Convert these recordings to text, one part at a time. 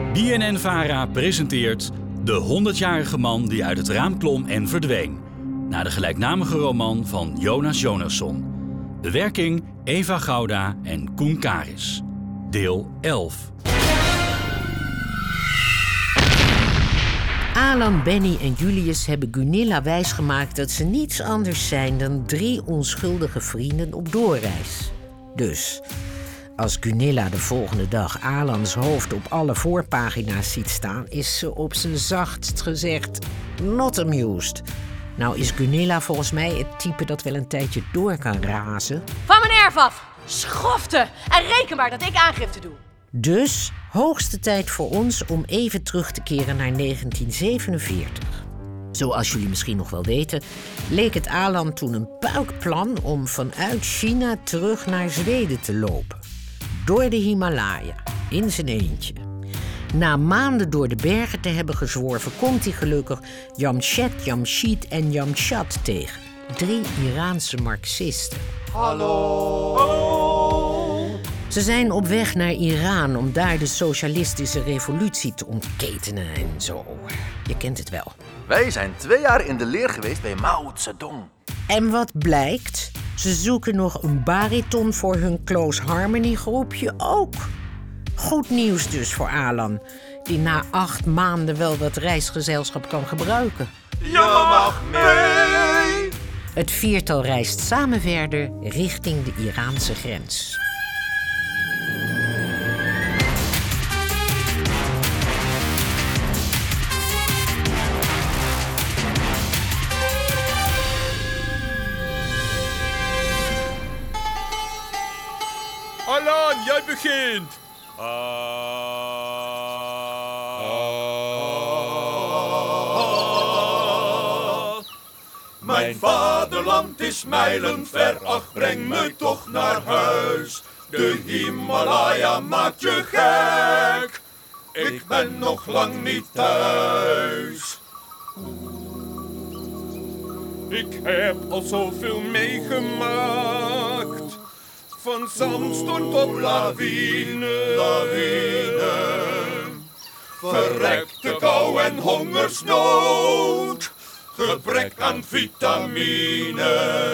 BNN-VARA presenteert De 100-jarige man die uit het raam klom en verdween. Naar de gelijknamige roman van Jonas Jonasson. Bewerking Eva Gouda en Koen Karis. Deel 11. Alan, Benny en Julius hebben Gunilla wijsgemaakt dat ze niets anders zijn dan 3 onschuldige vrienden op doorreis. Dus, als Gunilla de volgende dag Alans hoofd op alle voorpagina's ziet staan, is ze op zijn zachtst gezegd not amused. Nou is Gunilla volgens mij het type dat wel een tijdje door kan razen. Van mijn erf af! Schoften! En reken maar dat ik aangifte doe. Dus hoogste tijd voor ons om even terug te keren naar 1947. Zoals jullie misschien nog wel weten, leek het Alan toen een puikplan om vanuit China terug naar Zweden te lopen. Door de Himalaya, in zijn eentje. Na maanden door de bergen te hebben gezworven, komt hij gelukkig Jamshed, Jamshid en Jamshad tegen. 3 Iraanse marxisten. Hallo! Ze zijn op weg naar Iran om daar de socialistische revolutie te ontketenen en zo. Je kent het wel. Wij zijn 2 jaar in de leer geweest bij Mao Zedong. En wat blijkt? Ze zoeken nog een bariton voor hun Close Harmony groepje ook. Goed nieuws dus voor Alan, die na 8 maanden wel wat reisgezelschap kan gebruiken. Je mag mee! Het 4-tal reist samen verder richting de Iraanse grens. Alan, jij begint. Mijn vaderland is mijlenver, ach breng me toch naar huis. De Himalaya maakt je gek, ik ben nog lang niet thuis. Ik heb al zoveel meegemaakt. Van zandstorm tot lawine. Verrekte kou en hongersnood, gebrek aan vitamine.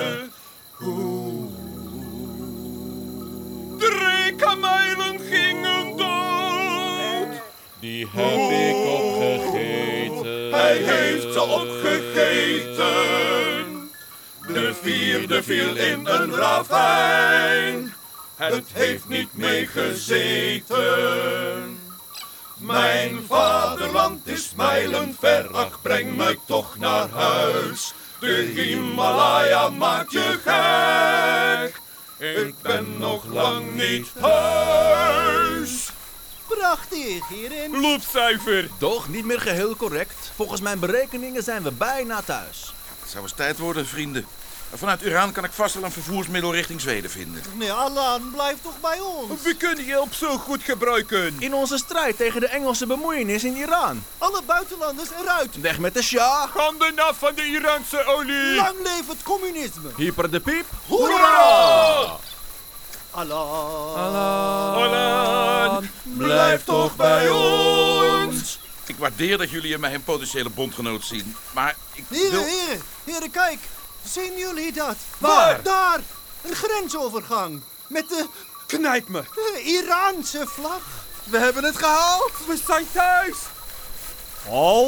3 kamelen gingen dood. Die heb ik opgegeten. Hij heeft ze opgegeten. De 4e viel in een ravijn. Het heeft niet meegezeten. Mijn vaderland is mijlenver, ach breng me toch naar huis. De Himalaya maakt je gek, ik ben nog lang niet thuis. Prachtig, hierin. Loopcijfer. Toch niet meer geheel correct. Volgens mijn berekeningen zijn we bijna thuis. Het zou eens tijd worden, vrienden. Vanuit Iran kan ik vast wel een vervoersmiddel richting Zweden vinden. Nee, Alan, blijf toch bij ons. We kunnen je hulp zo goed gebruiken. In onze strijd tegen de Engelse bemoeienis in Iran. Alle buitenlanders eruit. Weg met de Shah. Handen af van de Iraanse olie. Lang leef het communisme. Hyper de piep. Hoera! Alan. Alan, Blijf toch bij ons. Ik waardeer dat jullie in mij een potentiële bondgenoot zien. Maar ik wil... Heren, kijk. Zien jullie dat? Waar? Daar. Een grensovergang. Met de knijp me. Iraanse vlag. We hebben het gehaald. We zijn thuis. Halt.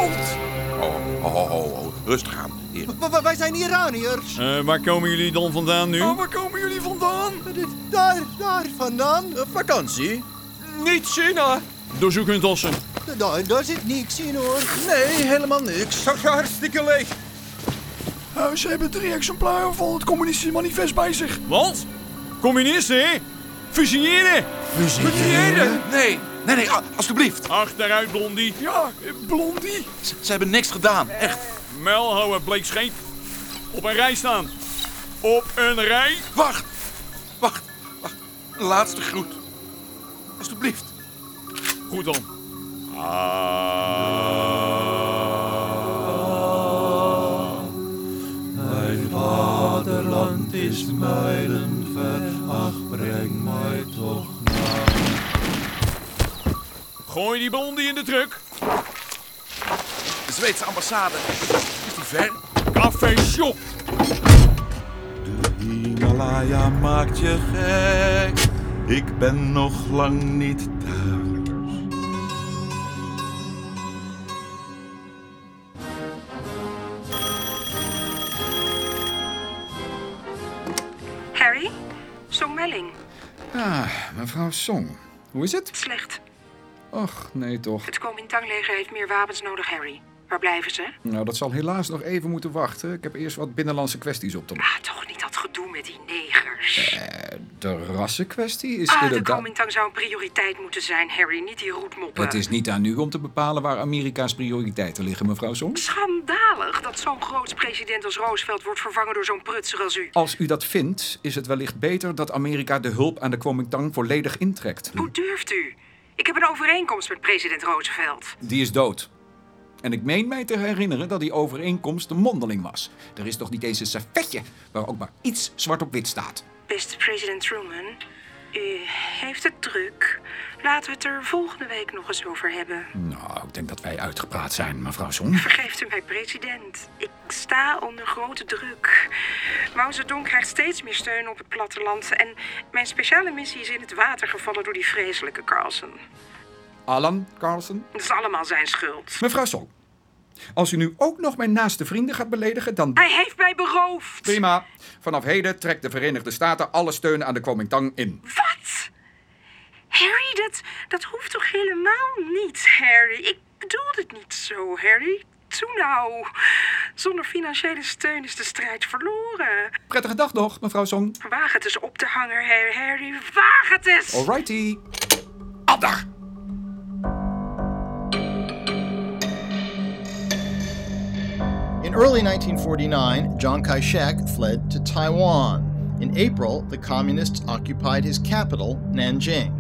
Oh, rustig aan, heer. Wij zijn Iraniërs. Waar komen jullie dan vandaan nu? Waar komen jullie vandaan? Daar vandaan. Vakantie. Niet China. Doorzoek hun tassen. Daar zit niks in, hoor. Nee, helemaal niks. Zag je hartstikke leeg. Ze hebben 3 exemplaren van het communistische manifest bij zich. Wat? Communisten, hè? Fusilleren! Fusilleren? Nee, alstublieft. Achteruit, blondie. Ja, blondie. Ze hebben niks gedaan, echt. Mel houden, bleekscheet. Op een rij staan. Op een rij. Wacht. Een laatste groet. Alstublieft. Goed dan. Mijn vaderland is mijlenver, ach breng mij toch naar. Gooi die blondie in de truck. De Zweedse ambassade. Is die ver? Café Shop. De Himalaya maakt je gek. Ik ben nog lang niet thuis. Harry? Song Melling. Ah, mevrouw Song. Hoe is het? Slecht. Och, nee toch. Het Kuomintang-leger heeft meer wapens nodig, Harry. Waar blijven ze? Nou, dat zal helaas nog even moeten wachten. Ik heb eerst wat binnenlandse kwesties op te lossen. Toch niet dat gedoe met die negers. De rassenkwestie is De inderdaad... Kuomintang zou een prioriteit moeten zijn, Harry. Niet die roetmoppen. Het is niet aan u om te bepalen waar Amerika's prioriteiten liggen, mevrouw Song. Schandalig dat zo'n groot president als Roosevelt wordt vervangen door zo'n prutser als u. Als u dat vindt, is het wellicht beter dat Amerika de hulp aan de Kuomintang volledig intrekt. Hoe durft u? Ik heb een overeenkomst met president Roosevelt. Die is dood. En ik meen mij te herinneren dat die overeenkomst een mondeling was. Er is toch niet eens een servetje waar ook maar iets zwart op wit staat. Beste president Truman, u heeft het druk. Laten we het er volgende week nog eens over hebben. Nou, ik denk dat wij uitgepraat zijn, mevrouw Song. Vergeeft u mij, president. Ik sta onder grote druk. Mao Zedong krijgt steeds meer steun op het platteland. En mijn speciale missie is in het water gevallen door die vreselijke Carlson. Alan Carlson? Dat is allemaal zijn schuld. Mevrouw Song, als u nu ook nog mijn naaste vrienden gaat beledigen, dan... Hij heeft mij beroofd. Prima. Vanaf heden trekt de Verenigde Staten alle steun aan de Kuomintang in. Wat? Harry, dat hoeft toch helemaal niet, Harry? Ik bedoel het niet zo, Harry. Toe nou. Zonder financiële steun is de strijd verloren. Prettige dag nog, mevrouw Song. Waag het eens op te hangen, Harry. Waag het eens. Alrighty. Adder. In early 1949, Chiang Kai-shek fled to Taiwan. In April, the communists occupied his capital, Nanjing.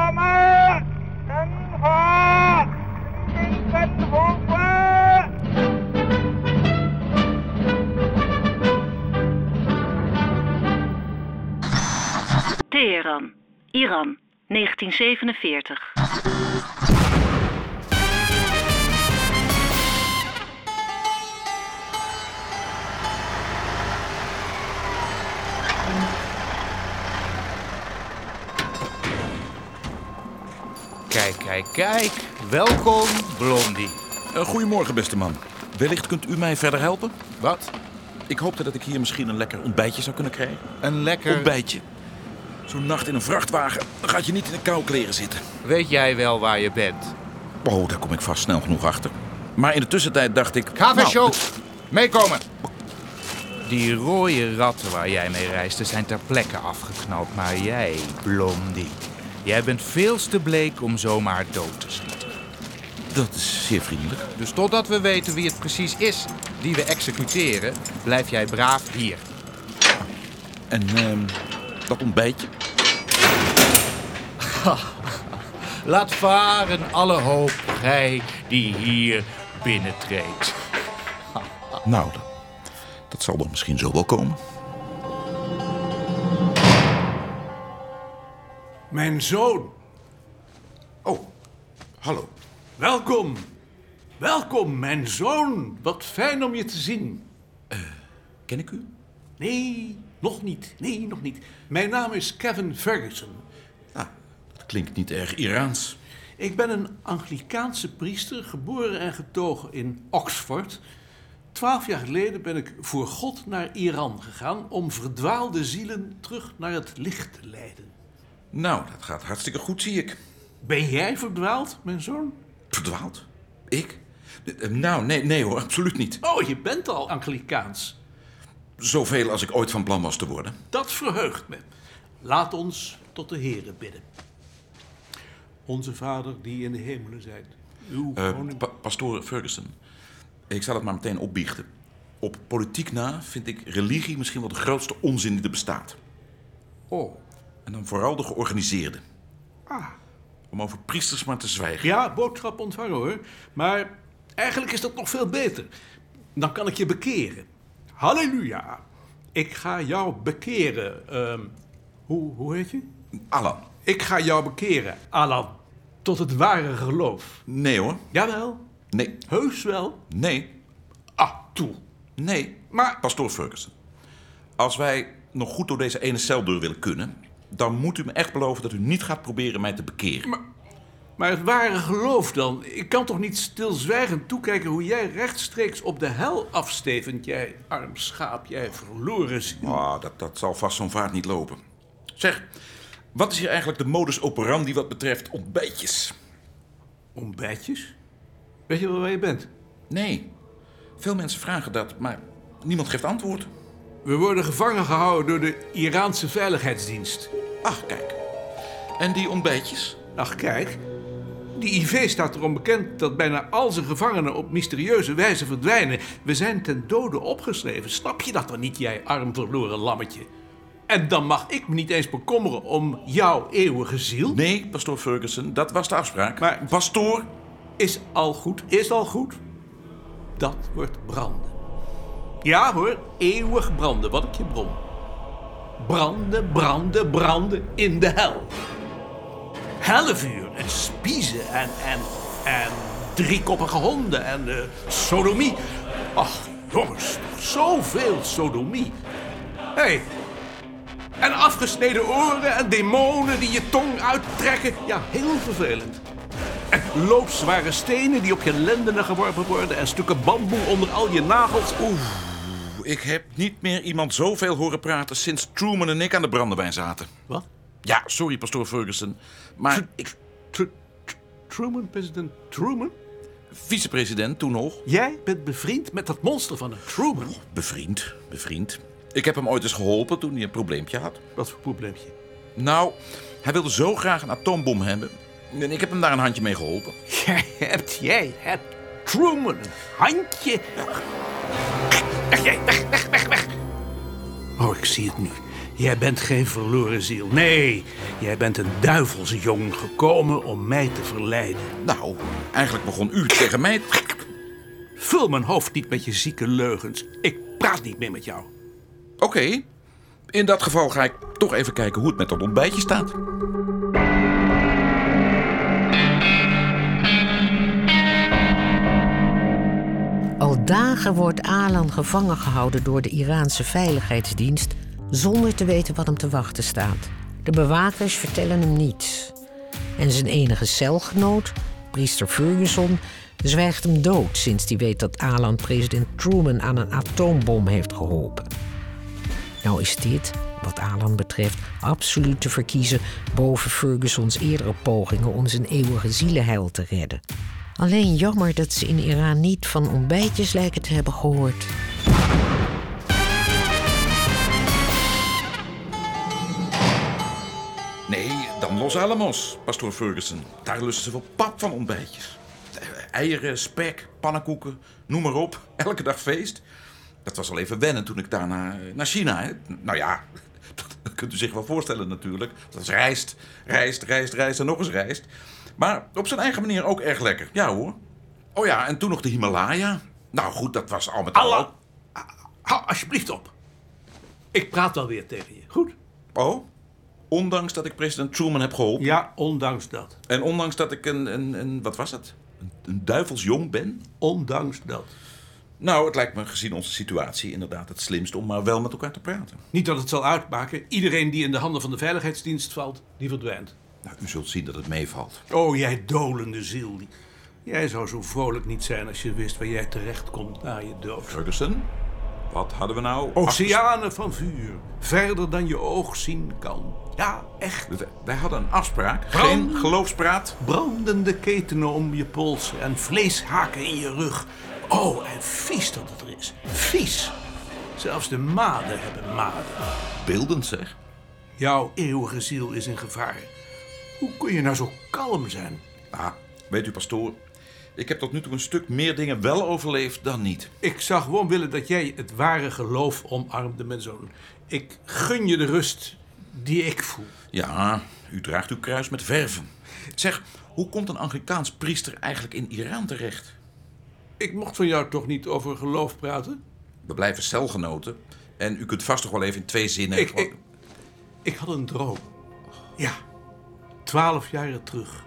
Teheran, Iran, 1947. Kijk. Welkom, Blondie. Goedemorgen, beste man. Wellicht kunt u mij verder helpen? Wat? Ik hoopte dat ik hier misschien een lekker ontbijtje zou kunnen krijgen. Een lekker... Ontbijtje. Zo'n nacht in een vrachtwagen, dan gaat je niet in de koude kleren zitten. Weet jij wel waar je bent? Oh, daar kom ik vast snel genoeg achter. Maar in de tussentijd dacht ik... Café-show! Meekomen! Die rode ratten waar jij mee reisde zijn ter plekke afgeknald. Maar jij, Blondie, jij bent veel te bleek om zomaar dood te schieten. Dat is zeer vriendelijk. Dus totdat we weten wie het precies is die we executeren, blijf jij braaf hier. En dat ontbijtje? Laat varen alle hoop, gij die hier binnentreedt. Nou, dat zal dan misschien zo wel komen. Mijn zoon. Oh, hallo. Welkom. Welkom, mijn zoon. Wat fijn om je te zien. Ken ik u? Nee, nog niet. Mijn naam is Kevin Ferguson. Ah, dat klinkt niet erg Iraans. Ik ben een Anglikaanse priester, geboren en getogen in Oxford. 12 jaar geleden ben ik voor God naar Iran gegaan om verdwaalde zielen terug naar het licht te leiden. Nou, dat gaat hartstikke goed, zie ik. Ben jij verdwaald, mijn zoon? Verdwaald? Ik? Nou, nee hoor, absoluut niet. Oh, je bent al Anglikaans. Zoveel als ik ooit van plan was te worden. Dat verheugt me. Laat ons tot de Here bidden. Onze Vader die in de hemelen zijt. Uw Pastoor Ferguson, ik zal het maar meteen opbiechten. Op politiek na vind ik religie misschien wel de grootste onzin die er bestaat. Oh. En dan vooral de georganiseerde. Ah. Om over priesters maar te zwijgen. Ja, boodschap ontvangen hoor. Maar eigenlijk is dat nog veel beter. Dan kan ik je bekeren. Halleluja. Ik ga jou bekeren. Hoe heet je? Alan. Ik ga jou bekeren, Alan. tot het ware geloof? Nee hoor. Jawel. Nee. Heus wel? Nee. Toe. Nee. Maar, pastoor Ferguson, als wij nog goed door deze ene celdeur willen kunnen, dan moet u me echt beloven dat u niet gaat proberen mij te bekeren. Maar het ware geloof dan? Ik kan toch niet stilzwijgend toekijken hoe jij rechtstreeks op de hel afstevend, jij arm schaap, jij verloren ziel. Dat zal vast zo'n vaart niet lopen. Zeg, wat is hier eigenlijk de modus operandi wat betreft ontbijtjes? Ontbijtjes? Weet je wel waar je bent? Nee. Veel mensen vragen dat, maar niemand geeft antwoord. We worden gevangen gehouden door de Iraanse veiligheidsdienst. Ach, kijk. En die ontbijtjes? Ach, kijk. Die IV staat erom bekend dat bijna al zijn gevangenen op mysterieuze wijze verdwijnen. We zijn ten dode opgeschreven. Snap je dat dan niet, jij arm verloren lammetje? En dan mag ik me niet eens bekommeren om jouw eeuwige ziel? Nee, pastoor Ferguson, dat was de afspraak. Maar, pastoor... Is al goed. Dat wordt branden. Ja hoor, eeuwig branden, wat ik je brom. Branden in de hel. Hellevuur en spiezen en driekoppige honden en sodomie. Ach, jongens, zoveel sodomie. Hé, en afgesneden oren en demonen die je tong uittrekken. Ja, heel vervelend. En loodzware stenen die op je lendenen geworpen worden en stukken bamboe onder al je nagels. Ik heb niet meer iemand zoveel horen praten sinds Truman en ik aan de brandewijn zaten. Wat? Ja, sorry, pastoor Ferguson, maar Truman, president Truman? Vicepresident toen nog. Jij bent bevriend met dat monster van een Truman? Bevriend. Ik heb hem ooit eens geholpen toen hij een probleempje had. Wat voor probleempje? Nou, hij wilde zo graag een atoombom hebben. En ik heb hem daar een handje mee geholpen. Jij hebt Truman een handje? Weg. Oh, ik zie het nu. Jij bent geen verloren ziel. Nee, jij bent een duivelsjong gekomen om mij te verleiden. Nou, eigenlijk begon u tegen mij... Vul mijn hoofd niet met je zieke leugens. Ik praat niet meer met jou. Oké. In dat geval ga ik toch even kijken hoe het met dat ontbijtje staat. Al dagen wordt Alan gevangen gehouden door de Iraanse veiligheidsdienst zonder te weten wat hem te wachten staat. De bewakers vertellen hem niets. En zijn enige celgenoot, priester Ferguson, zwijgt hem dood sinds hij weet dat Alan president Truman aan een atoombom heeft geholpen. Nou is dit, wat Alan betreft, absoluut te verkiezen boven Fergusons eerdere pogingen om zijn eeuwige zielenheil te redden. Alleen jammer dat ze in Iran niet van ontbijtjes lijken te hebben gehoord. Nee, dan Los Alamos, pastoor Ferguson. Daar lusten ze wel pap van ontbijtjes. Eieren, spek, pannenkoeken, noem maar op. Elke dag feest. Dat was al even wennen toen ik daarna naar China... Hè. Nou ja, dat kunt u zich wel voorstellen natuurlijk. Dat is rijst en nog eens rijst. Maar op zijn eigen manier ook erg lekker. Ja hoor. Oh ja, en toen nog de Himalaya. Nou goed, dat was al met al... Allah, hou alsjeblieft op. Ik praat alweer tegen je, goed? Oh? Ondanks dat ik president Truman heb geholpen? Ja, ondanks dat. En ondanks dat ik wat was het? Een duivelsjong ben? Ondanks dat. Nou, het lijkt me gezien onze situatie inderdaad het slimst om maar wel met elkaar te praten. Niet dat het zal uitmaken. Iedereen die in de handen van de veiligheidsdienst valt, die verdwijnt. Nou, u zult zien dat het meevalt. Oh, jij dolende ziel. Jij zou zo vrolijk niet zijn als je wist waar jij terecht komt na je dood. Ferguson, wat hadden we nou? Oceanen van vuur. Verder dan je oog zien kan. Ja, echt. Wij hadden een afspraak. Geen geloofspraat. Brandende ketenen om je polsen en vleeshaken in je rug. Oh, en vies dat het er is. Vies. Zelfs de maden hebben maden. Beeldend zeg. Jouw eeuwige ziel is in gevaar. Hoe kun je nou zo kalm zijn? Ah, weet u, pastoor, ik heb tot nu toe een stuk meer dingen wel overleefd dan niet. Ik zou gewoon willen dat jij het ware geloof omarmde met zo'n... Ik gun je de rust die ik voel. Ja, u draagt uw kruis met verven. Zeg, hoe komt een Anglikaans priester eigenlijk in Iran terecht? Ik mocht van jou toch niet over geloof praten? We blijven celgenoten. En u kunt vast toch wel even in 2 zinnen... Ik had een droom. Ja, 12 jaren terug.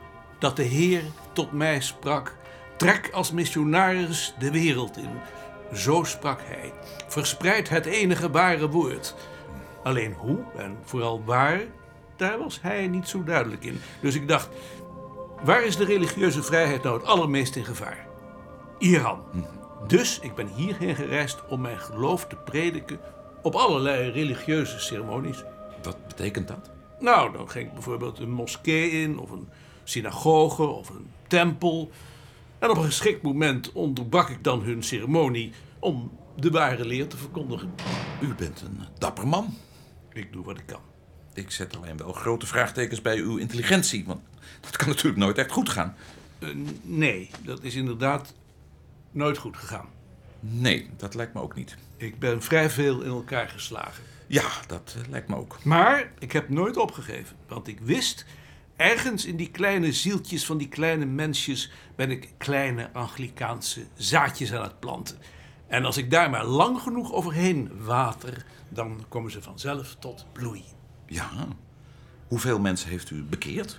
dat de Heer tot mij sprak: trek als missionaris de wereld in. Zo sprak hij. Verspreid het enige ware woord. Alleen hoe en vooral waar, daar was hij niet zo duidelijk in. Dus ik dacht, waar is de religieuze vrijheid nou het allermeest in gevaar? Iran. Dus ik ben hierheen gereisd om mijn geloof te prediken op allerlei religieuze ceremonies. Wat betekent dat? Nou, dan ging ik bijvoorbeeld een moskee in, of een synagoge, of een tempel. En op een geschikt moment onderbrak ik dan hun ceremonie om de ware leer te verkondigen. U bent een dapper man. Ik doe wat ik kan. Ik zet alleen wel grote vraagtekens bij uw intelligentie, want dat kan natuurlijk nooit echt goed gaan. Nee, dat is inderdaad nooit goed gegaan. Nee, dat lijkt me ook niet. Ik ben vrij veel in elkaar geslagen. Ja, dat lijkt me ook. Maar ik heb nooit opgegeven, want ik wist, ergens in die kleine zieltjes van die kleine mensjes ben ik kleine Anglikaanse zaadjes aan het planten. En als ik daar maar lang genoeg overheen water, dan komen ze vanzelf tot bloei. Ja, hoeveel mensen heeft u bekeerd?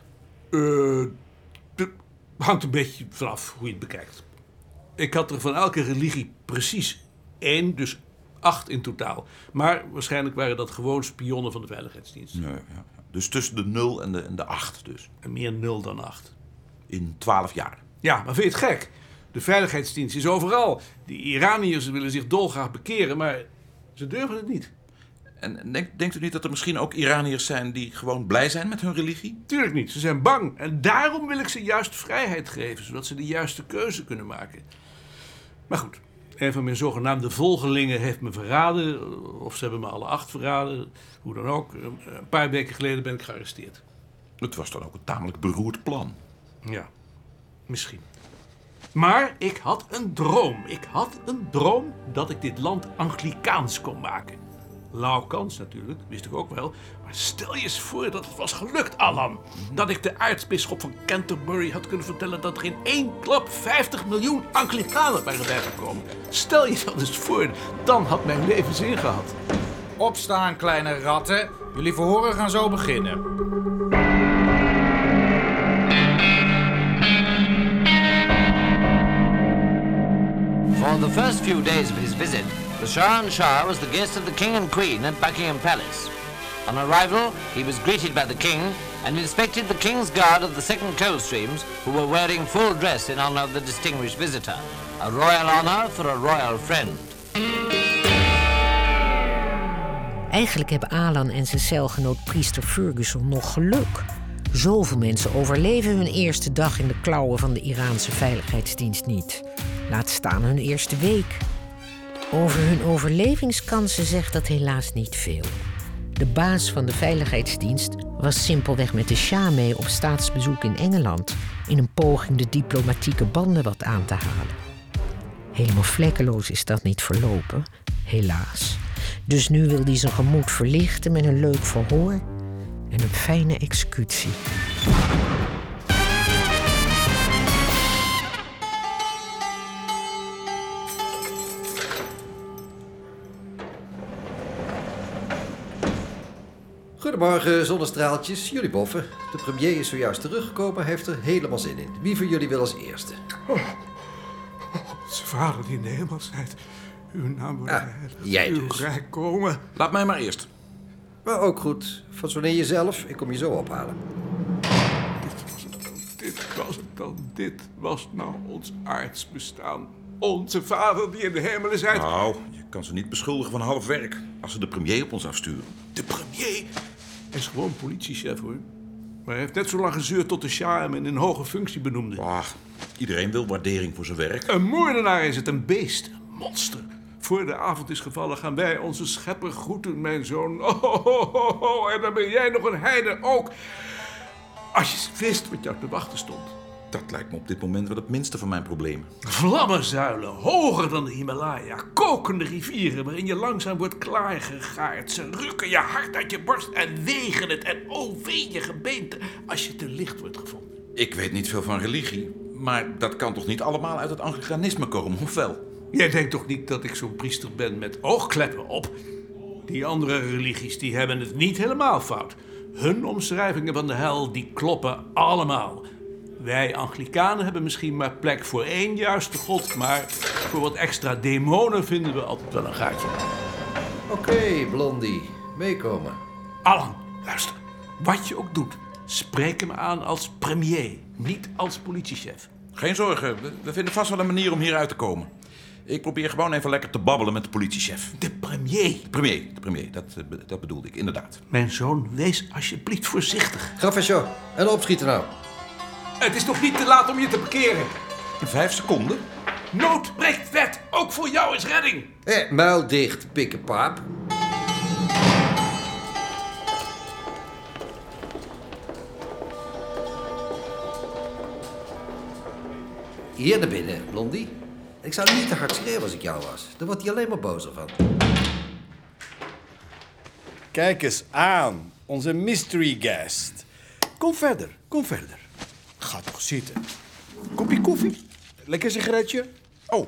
Hangt een beetje vanaf hoe je het bekijkt. Ik had er van elke religie precies 1, dus 8 in totaal. Maar waarschijnlijk waren dat gewoon spionnen van de veiligheidsdienst. Ja. Dus tussen de 0 en de 8 dus. En meer 0 dan 8. In 12 jaar. Ja, maar vind je het gek? De veiligheidsdienst is overal. Die Iraniërs willen zich dolgraag bekeren, maar ze durven het niet. En denkt u niet dat er misschien ook Iraniërs zijn die gewoon blij zijn met hun religie? Tuurlijk niet, ze zijn bang. En daarom wil ik ze juist vrijheid geven, zodat ze de juiste keuze kunnen maken. Maar goed, een van mijn zogenaamde volgelingen heeft me verraden. Of ze hebben me alle 8 verraden. Hoe dan ook. Een paar weken geleden ben ik gearresteerd. Het was dan ook een tamelijk beroerd plan. Ja, misschien. Maar ik had een droom. Ik had een droom dat ik dit land Anglikaans kon maken. Lauw kans natuurlijk, wist ik ook wel. Maar stel je eens voor dat het was gelukt, Alan. Dat ik de aartsbisschop van Canterbury had kunnen vertellen dat er in 1 klap 50 miljoen Anglikanen waren bijgekomen. Stel je dat eens voor, dan had mijn leven zin gehad. Opstaan, kleine ratten. Jullie verhoren gaan zo beginnen. For the first few days of his visit, the Shah was the guest of the King and Queen at Buckingham Palace. On arrival, he was greeted by the King and inspected the King's Guard of the 2nd Coldstreams, who were wearing full dress in honor of the distinguished visitor. A royal honor for a royal friend. Eigenlijk hebben Alan en zijn celgenoot priester Ferguson nog geluk. Zoveel mensen overleven hun eerste dag in de klauwen van de Iraanse veiligheidsdienst niet. Laat staan hun eerste week. Over hun overlevingskansen zegt dat helaas niet veel. De baas van de veiligheidsdienst was simpelweg met de Shah mee op staatsbezoek in Engeland, in een poging de diplomatieke banden wat aan te halen. Helemaal vlekkeloos is dat niet verlopen, helaas. Dus nu wil hij zijn gemoed verlichten met een leuk verhoor en een fijne executie. Goedemorgen, zonnestraaltjes. Jullie boffen. De premier is zojuist teruggekomen, heeft er helemaal zin in. Wie van jullie wil als eerste? Onze vader die in de hemel zijt, uw naam wordt geheiligd. Jij uw dus. rijk komen. Laat mij maar eerst. Maar ook goed. Fatsoeneer jezelf. Ik kom je zo ophalen. Dit was nou ons aards bestaan. Onze vader die in de hemelen zijt. Nou, je kan ze niet beschuldigen van half werk als ze de premier op ons afsturen. De premier? Hij is gewoon politiechef, hoor. Maar hij heeft net zo lang gezeurd tot de Shah hem in een hoge functie benoemde. Iedereen wil waardering voor zijn werk. Een moordenaar is het, een beest, een monster. Voor de avond is gevallen gaan wij onze schepper groeten, mijn zoon. En dan ben jij nog een heide ook. Als je wist wat jou te wachten stond. Dat lijkt me op dit moment wel het minste van mijn problemen. Vlammenzuilen, hoger dan de Himalaya. Kokende rivieren waarin je langzaam wordt klaargegaard. Ze rukken je hart uit je borst en wegen het. En oh wee je gebeente als je te licht wordt gevonden. Ik weet niet veel van religie, maar dat kan toch niet allemaal uit het Anglicanisme komen, of wel? Jij denkt toch niet dat ik zo'n priester ben met oogkleppen op? Die andere religies die hebben het niet helemaal fout. Hun omschrijvingen van de hel die kloppen allemaal. Wij Anglikanen hebben misschien maar plek voor 1 juiste God, maar voor wat extra demonen vinden we altijd wel een gaatje. Oké, Blondie. Meekomen. Alan, luister. Wat je ook doet, spreek hem aan als premier, niet als politiechef. Geen zorgen, we vinden vast wel een manier om hieruit te komen. Ik probeer gewoon even lekker te babbelen met de politiechef. De premier? De premier, dat bedoelde ik, inderdaad. Mijn zoon, wees alsjeblieft voorzichtig. Ga, Fasjo. En opschieten nou. Het is nog niet te laat om je te parkeren. In 5 seconden? Nood breekt wet. Ook voor jou is redding. Muil dicht, pikkepaap. Hier naar binnen, Blondie. Ik zou niet te hard schreeuwen als ik jou was. Daar wordt hij alleen maar bozer van. Kijk eens aan, onze mystery guest. Kom verder, kom verder. Ga toch zitten. Kopje koffie? Lekker sigaretje? Oh,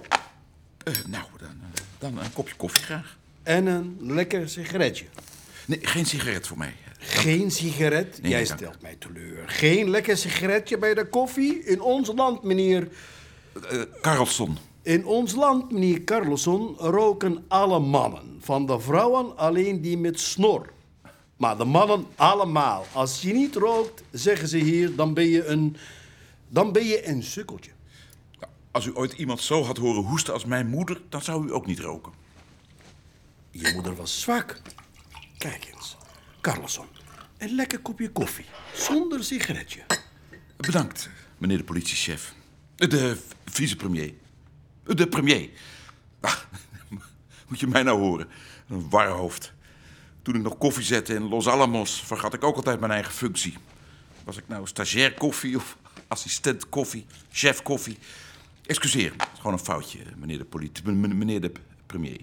dan een kopje koffie graag. En een lekker sigaretje? Nee, geen sigaret voor mij. Geen sigaret? Nee, Jij dank. stelt mij teleur. Geen lekker sigaretje bij de koffie? In ons land, meneer... Carlson. In ons land, meneer Carlson, roken alle mannen. Van de vrouwen alleen die met snor. Maar de mannen allemaal. Als je niet rookt, zeggen ze hier, dan ben je een sukkeltje. Als u ooit iemand zo had horen hoesten als mijn moeder, dan zou u ook niet roken. Je moeder was zwak. Kijk eens, Carlson, een lekker kopje koffie. Zonder sigaretje. Bedankt, meneer de politiechef. De vicepremier. De premier. Ach, moet je mij nou horen? Een warhoofd. Toen ik nog koffie zette in Los Alamos, vergat ik ook altijd mijn eigen functie. Was ik nou stagiair koffie of assistent koffie, chef koffie? Excuseer, het is gewoon een foutje, meneer de premier.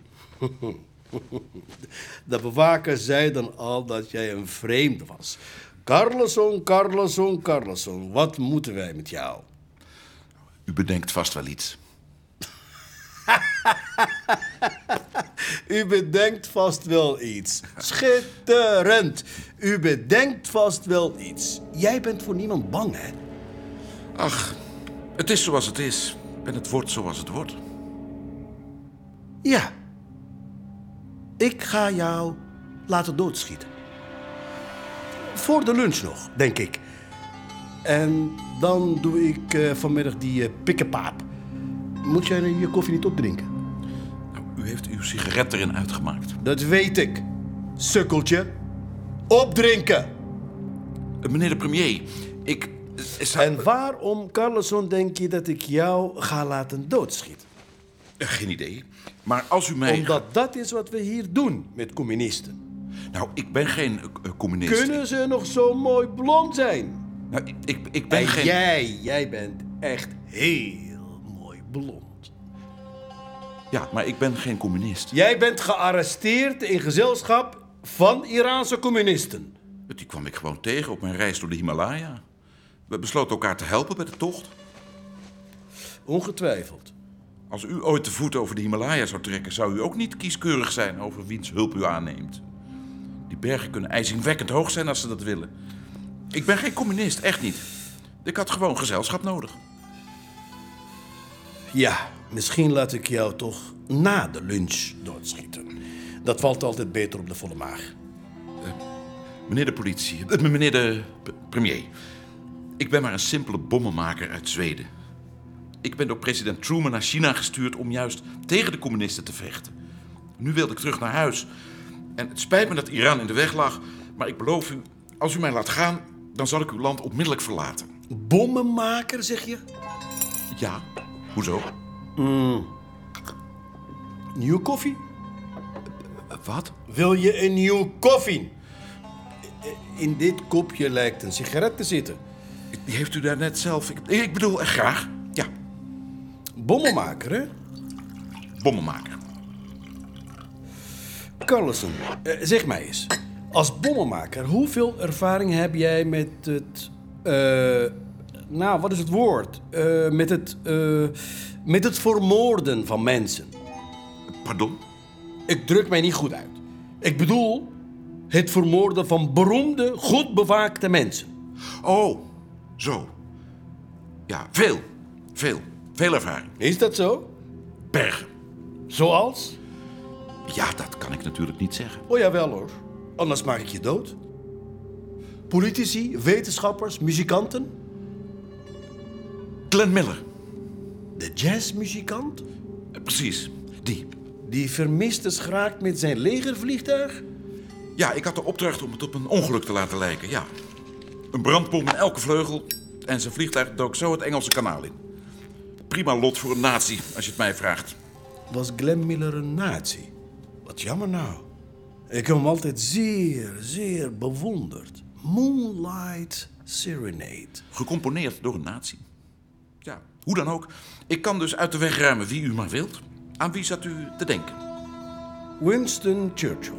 De bewaker zei dan al dat jij een vreemde was. Carlson, Carlson, Carlson, wat moeten wij met jou? U bedenkt vast wel iets. U bedenkt vast wel iets. Schitterend. U bedenkt vast wel iets. Jij bent voor niemand bang, hè? Ach, het is zoals het is. En het wordt zoals het wordt. Ja. Ik ga jou laten doodschieten. Voor de lunch nog, denk ik. En dan doe ik vanmiddag die pikkepaap. Moet jij je koffie niet opdrinken? Nou, u heeft uw sigaret erin uitgemaakt. Dat weet ik. Sukkeltje. Opdrinken. Meneer de premier, ik... En waarom, Carlson, denk je dat ik jou ga laten doodschieten? Geen idee. Maar als u mij... Omdat dat is wat we hier doen met communisten. Nou, ik ben geen communist. Kunnen ze nog zo mooi blond zijn? Nou, ik ben en geen... jij bent echt heel mooi blond. Ja, maar ik ben geen communist. Jij bent gearresteerd in gezelschap van Iraanse communisten. Die kwam ik gewoon tegen op mijn reis door de Himalaya. We besloten elkaar te helpen bij de tocht. Ongetwijfeld. Als u ooit de voet over de Himalaya zou trekken, zou u ook niet kieskeurig zijn over wiens hulp u aanneemt. Die bergen kunnen ijzingwekkend hoog zijn als ze dat willen. Ik ben geen communist, echt niet. Ik had gewoon gezelschap nodig. Ja, misschien laat ik jou toch na de lunch doodschieten. Dat valt altijd beter op de volle maag. Meneer de politie, meneer de premier. Ik ben maar een simpele bommenmaker uit Zweden. Ik ben door president Truman naar China gestuurd om juist tegen de communisten te vechten. Nu wilde ik terug naar huis. En het spijt me dat Iran in de weg lag, maar ik beloof u, als u mij laat gaan, dan zal ik uw land onmiddellijk verlaten. Bommenmaker, zeg je? Ja, hoezo? Nieuwe koffie? Wat? Wil je een nieuwe koffie? In dit kopje lijkt een sigaret te zitten. Die heeft u daar net zelf... Ik bedoel, graag. Ja. Bommenmaker, hè? Bommenmaker. Carlson, zeg mij eens. Als bommenmaker, hoeveel ervaring heb jij met het... wat is het woord? Met het vermoorden van mensen. Pardon? Ik druk mij niet goed uit. Ik bedoel, het vermoorden van beroemde, goed bewaakte mensen. Oh, zo. Ja, veel ervaring. Is dat zo? Bergen. Zoals? Ja, dat kan ik natuurlijk niet zeggen. Oh jawel hoor, anders maak ik je dood. Politici, wetenschappers, muzikanten. Glenn Miller. De jazzmuzikant? Precies, die. Die vermist is geraakt met zijn legervliegtuig? Ja, ik had de opdracht om het op een ongeluk te laten lijken, ja. Een brandbom in elke vleugel en zijn vliegtuig dook zo het Engelse kanaal in. Prima lot voor een nazi, als je het mij vraagt. Was Glenn Miller een nazi? Wat jammer nou. Ik heb hem altijd zeer bewonderd. Moonlight Serenade. Gecomponeerd door een nazi. Ja, hoe dan ook. Ik kan dus uit de weg ruimen wie u maar wilt. Aan wie zat u te denken? Winston Churchill.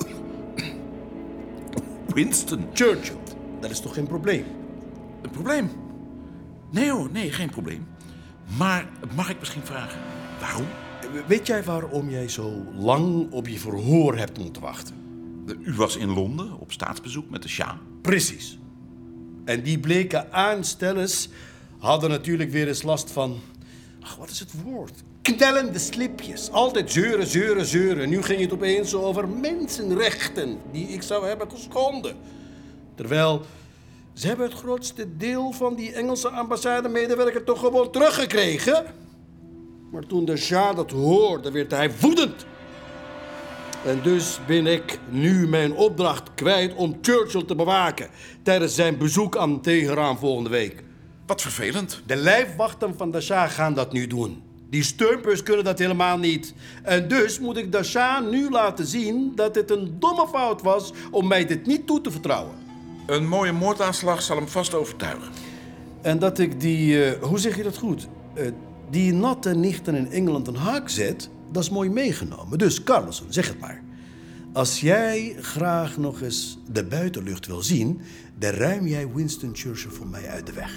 Winston Churchill. Dat is toch geen probleem? Een probleem? Nee hoor, nee, geen probleem. Maar mag ik misschien vragen, waarom? Weet jij waarom jij zo lang op je verhoor hebt moeten wachten? U was in Londen op staatsbezoek met de Shah. Precies. En die bleke aanstellers hadden natuurlijk weer eens last van... Ach, wat is het woord? Knellende slipjes. Altijd zeuren. Nu ging het opeens over mensenrechten die ik zou hebben geschonden. Terwijl ze hebben het grootste deel van die Engelse ambassademedewerker toch gewoon teruggekregen. Maar toen de Shah dat hoorde, werd hij woedend. En dus ben ik nu mijn opdracht kwijt om Churchill te bewaken tijdens zijn bezoek aan Teheran volgende week. Wat vervelend. De lijfwachten van de Shah gaan dat nu doen. Die steunpuurs kunnen dat helemaal niet. En dus moet ik de Shah nu laten zien dat het een domme fout was om mij dit niet toe te vertrouwen. Een mooie moordaanslag zal hem vast overtuigen. En dat ik die, hoe zeg je dat goed? Die natte nichten in Engeland een haak zet, dat is mooi meegenomen. Dus Carlson, zeg het maar. Als jij graag nog eens de buitenlucht wil zien, dan ruim jij Winston Churchill voor mij uit de weg.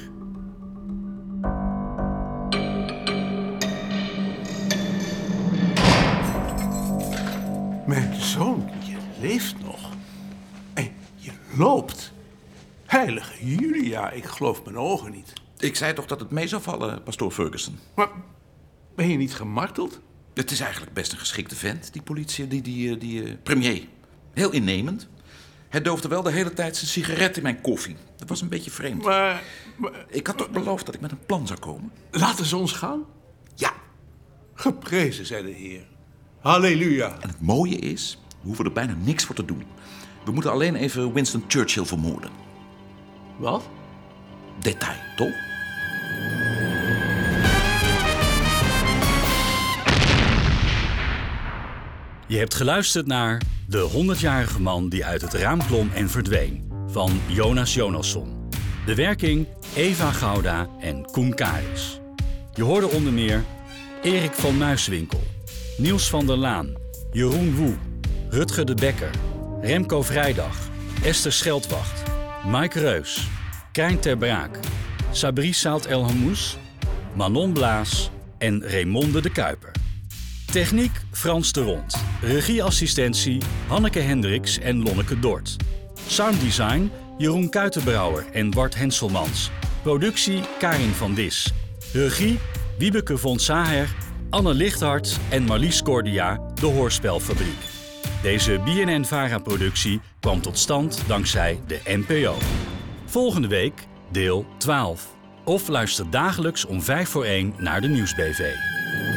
Mijn zoon, je leeft nog. En je loopt. Heilige Julia, ik geloof mijn ogen niet. Ik zei toch dat het mee zou vallen, pastoor Ferguson. Maar ben je niet gemarteld? Het is eigenlijk best een geschikte vent, die politie, die premier. Heel innemend. Hij doofde wel de hele tijd zijn sigaret in mijn koffie. Dat was een beetje vreemd. Maar ik had toch beloofd dat ik met een plan zou komen? Laten ze ons gaan? Ja. Geprezen zij de Heer. Halleluja. En het mooie is, we hoeven er bijna niks voor te doen. We moeten alleen even Winston Churchill vermoorden. Wat? Detail, toch? Je hebt geluisterd naar De 100-jarige man die uit het raam klom en verdween van Jonas Jonasson. Bewerking Eva Gouda en Koen Karis. Je hoorde onder meer Erik van Muiswinkel, Niels van der Laan, Jeroen Woe, Rutger de Bekker, Remco Vrijdag, Esther Scheldwacht, Mike Reus, Krijn ter Braak, Sabri Saad El Hamous, Manon Blaas en Raymonde de Kuiper. Techniek Frans de Rond. Regieassistentie Hanneke Hendricks en Lonneke Dort. Sounddesign Jeroen Kuitenbrouwer en Bart Henselmans. Productie Karin van Dis. Regie Wiebeke von Saher, Anne Lichthart en Marlies Cordia, de Hoorspelfabriek. Deze BNN-VARA-productie kwam tot stand dankzij de NPO. Volgende week deel 12. Of luister dagelijks om 1:05 naar de Nieuwsbv.